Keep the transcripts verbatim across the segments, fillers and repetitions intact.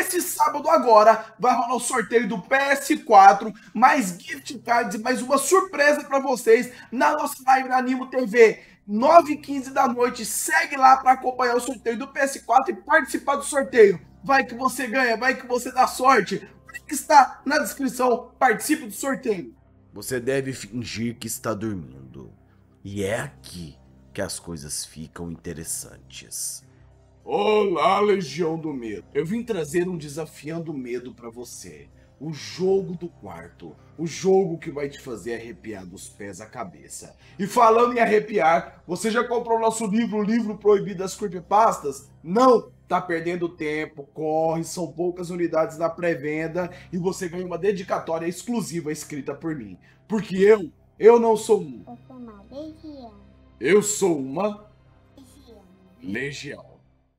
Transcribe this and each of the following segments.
esse sábado agora vai rolar o sorteio do P S quatro, mais gift cards e mais uma surpresa para vocês na nossa live na Animo T V. nove e quinze da noite, segue lá para acompanhar o sorteio do P S quatro e participar do sorteio. Vai que você ganha, vai que você dá sorte. O link está na descrição, participe do sorteio. Você deve fingir que está dormindo. E é aqui que as coisas ficam interessantes. Olá, Legião do Medo. Eu vim trazer um Desafiando o Medo para você. O jogo do quarto. O jogo que vai te fazer arrepiar dos pés à cabeça. E falando em arrepiar, você já comprou nosso livro, o livro Proibido das Creepypastas? Não! Tá perdendo tempo, corre, são poucas unidades na pré-venda e você ganha uma dedicatória exclusiva escrita por mim. Porque eu, eu não sou um. Eu sou uma legião. Eu sou uma Legião. legião.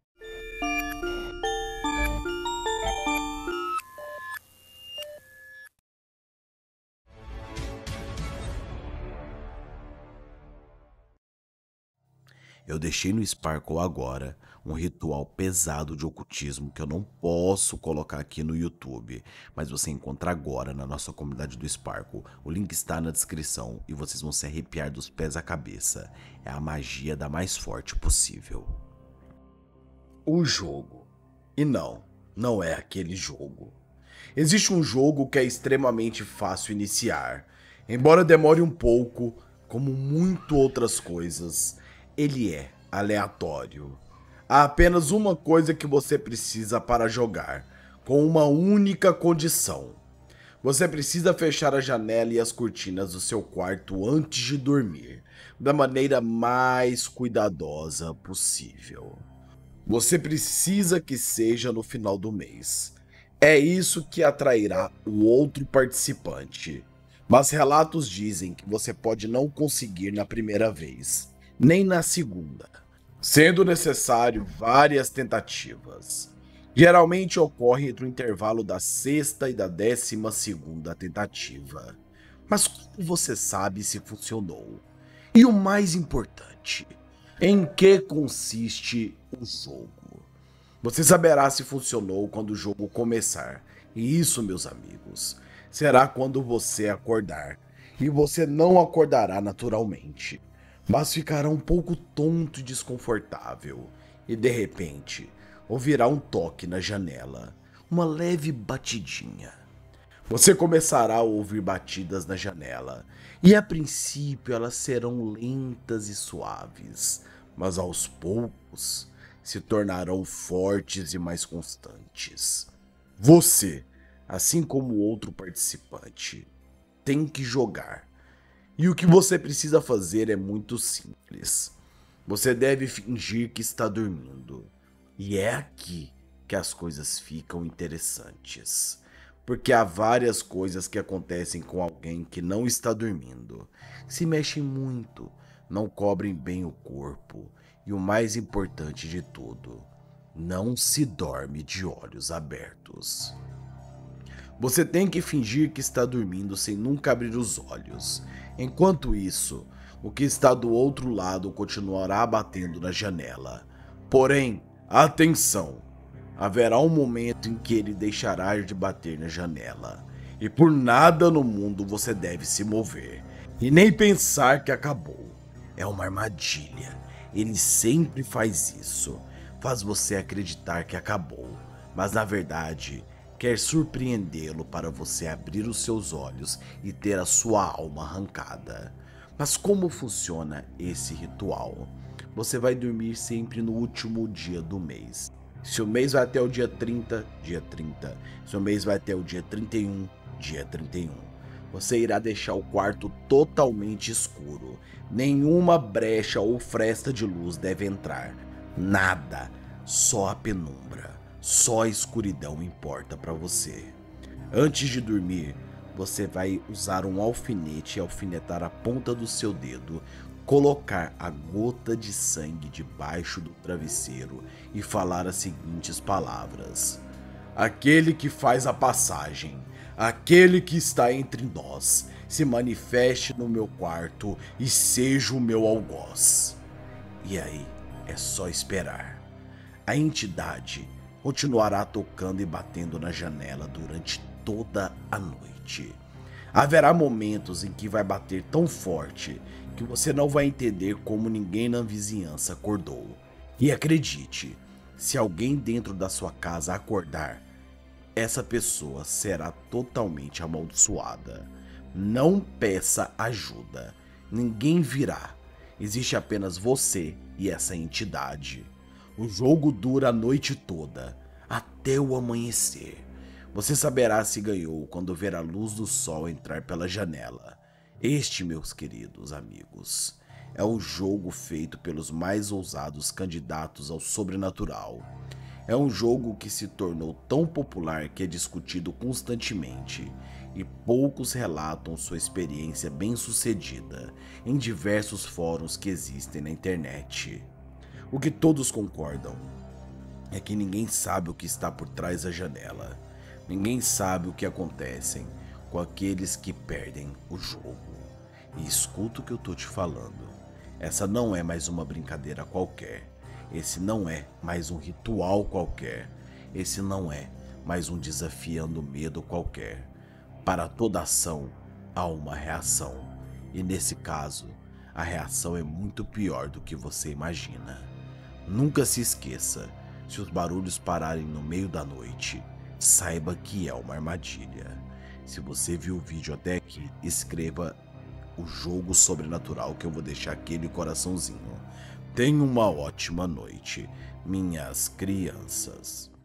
Eu deixei no Sparkle agora um ritual pesado de ocultismo que eu não posso colocar aqui no YouTube, mas você encontra agora na nossa comunidade do Sparkle. O link está na descrição e vocês vão se arrepiar dos pés à cabeça. É a magia da mais forte possível. O jogo. E não, não é aquele jogo. Existe um jogo que é extremamente fácil iniciar. Embora demore um pouco, como muito outras coisas, ele é aleatório. Há apenas uma coisa que você precisa para jogar, com uma única condição. Você precisa fechar a janela e as cortinas do seu quarto antes de dormir, da maneira mais cuidadosa possível. Você precisa que seja no final do mês. É isso que atrairá o outro participante. Mas relatos dizem que você pode não conseguir na primeira vez, nem na segunda, sendo necessário várias tentativas. Geralmente ocorre entre o intervalo da sexta e da décima segunda tentativa. Mas como você sabe se funcionou? E o mais importante, em que consiste o jogo? Você saberá se funcionou quando o jogo começar. E isso, meus amigos, será quando você acordar. E você não acordará naturalmente, mas ficará um pouco tonto e desconfortável, e de repente ouvirá um toque na janela, uma leve batidinha. Você começará a ouvir batidas na janela, e a princípio elas serão lentas e suaves, mas aos poucos se tornarão fortes e mais constantes. Você, assim como o outro participante, tem que jogar. E o que você precisa fazer é muito simples. Você deve fingir que está dormindo. E é aqui que as coisas ficam interessantes. Porque há várias coisas que acontecem com alguém que não está dormindo. Se mexem muito, não cobrem bem o corpo. E o mais importante de tudo, não se dorme de olhos abertos. Você tem que fingir que está dormindo sem nunca abrir os olhos. Enquanto isso, o que está do outro lado continuará batendo na janela. Porém, atenção! Haverá um momento em que ele deixará de bater na janela. E por nada no mundo você deve se mover. E nem pensar que acabou. É uma armadilha. Ele sempre faz isso. Faz você acreditar que acabou. Mas na verdade, quer surpreendê-lo para você abrir os seus olhos e ter a sua alma arrancada. Mas como funciona esse ritual? Você vai dormir sempre no último dia do mês. Se o mês vai até o dia trinta, dia trinta. Se o mês vai até o dia trinta e um, dia trinta e um. Você irá deixar o quarto totalmente escuro. Nenhuma brecha ou fresta de luz deve entrar. Nada, só a penumbra. Só a escuridão importa para você. Antes de dormir, você vai usar um alfinete e alfinetar a ponta do seu dedo, colocar a gota de sangue debaixo do travesseiro e falar as seguintes palavras: aquele que faz a passagem, aquele que está entre nós, se manifeste no meu quarto e seja o meu algoz. E aí, é só esperar. A entidade continuará tocando e batendo na janela durante toda a noite. Haverá momentos em que vai bater tão forte que você não vai entender como ninguém na vizinhança acordou. E acredite, se alguém dentro da sua casa acordar, essa pessoa será totalmente amaldiçoada. Não peça ajuda, ninguém virá. Existe apenas você e essa entidade. O jogo dura a noite toda, até o amanhecer. Você saberá se ganhou quando ver a luz do sol entrar pela janela. Este, meus queridos amigos, é o jogo feito pelos mais ousados candidatos ao sobrenatural. É um jogo que se tornou tão popular que é discutido constantemente, e poucos relatam sua experiência bem-sucedida em diversos fóruns que existem na internet. O que todos concordam é que ninguém sabe o que está por trás da janela. Ninguém sabe o que acontece com aqueles que perdem o jogo. E escuta o que eu tô te falando. Essa não é mais uma brincadeira qualquer. Esse não é mais um ritual qualquer. Esse não é mais um desafiando medo qualquer. Para toda ação há uma reação. E nesse caso, a reação é muito pior do que você imagina. Nunca se esqueça, se os barulhos pararem no meio da noite, saiba que é uma armadilha. Se você viu o vídeo até aqui, escreva o jogo sobrenatural que eu vou deixar aquele coraçãozinho. Tenha uma ótima noite, minhas crianças.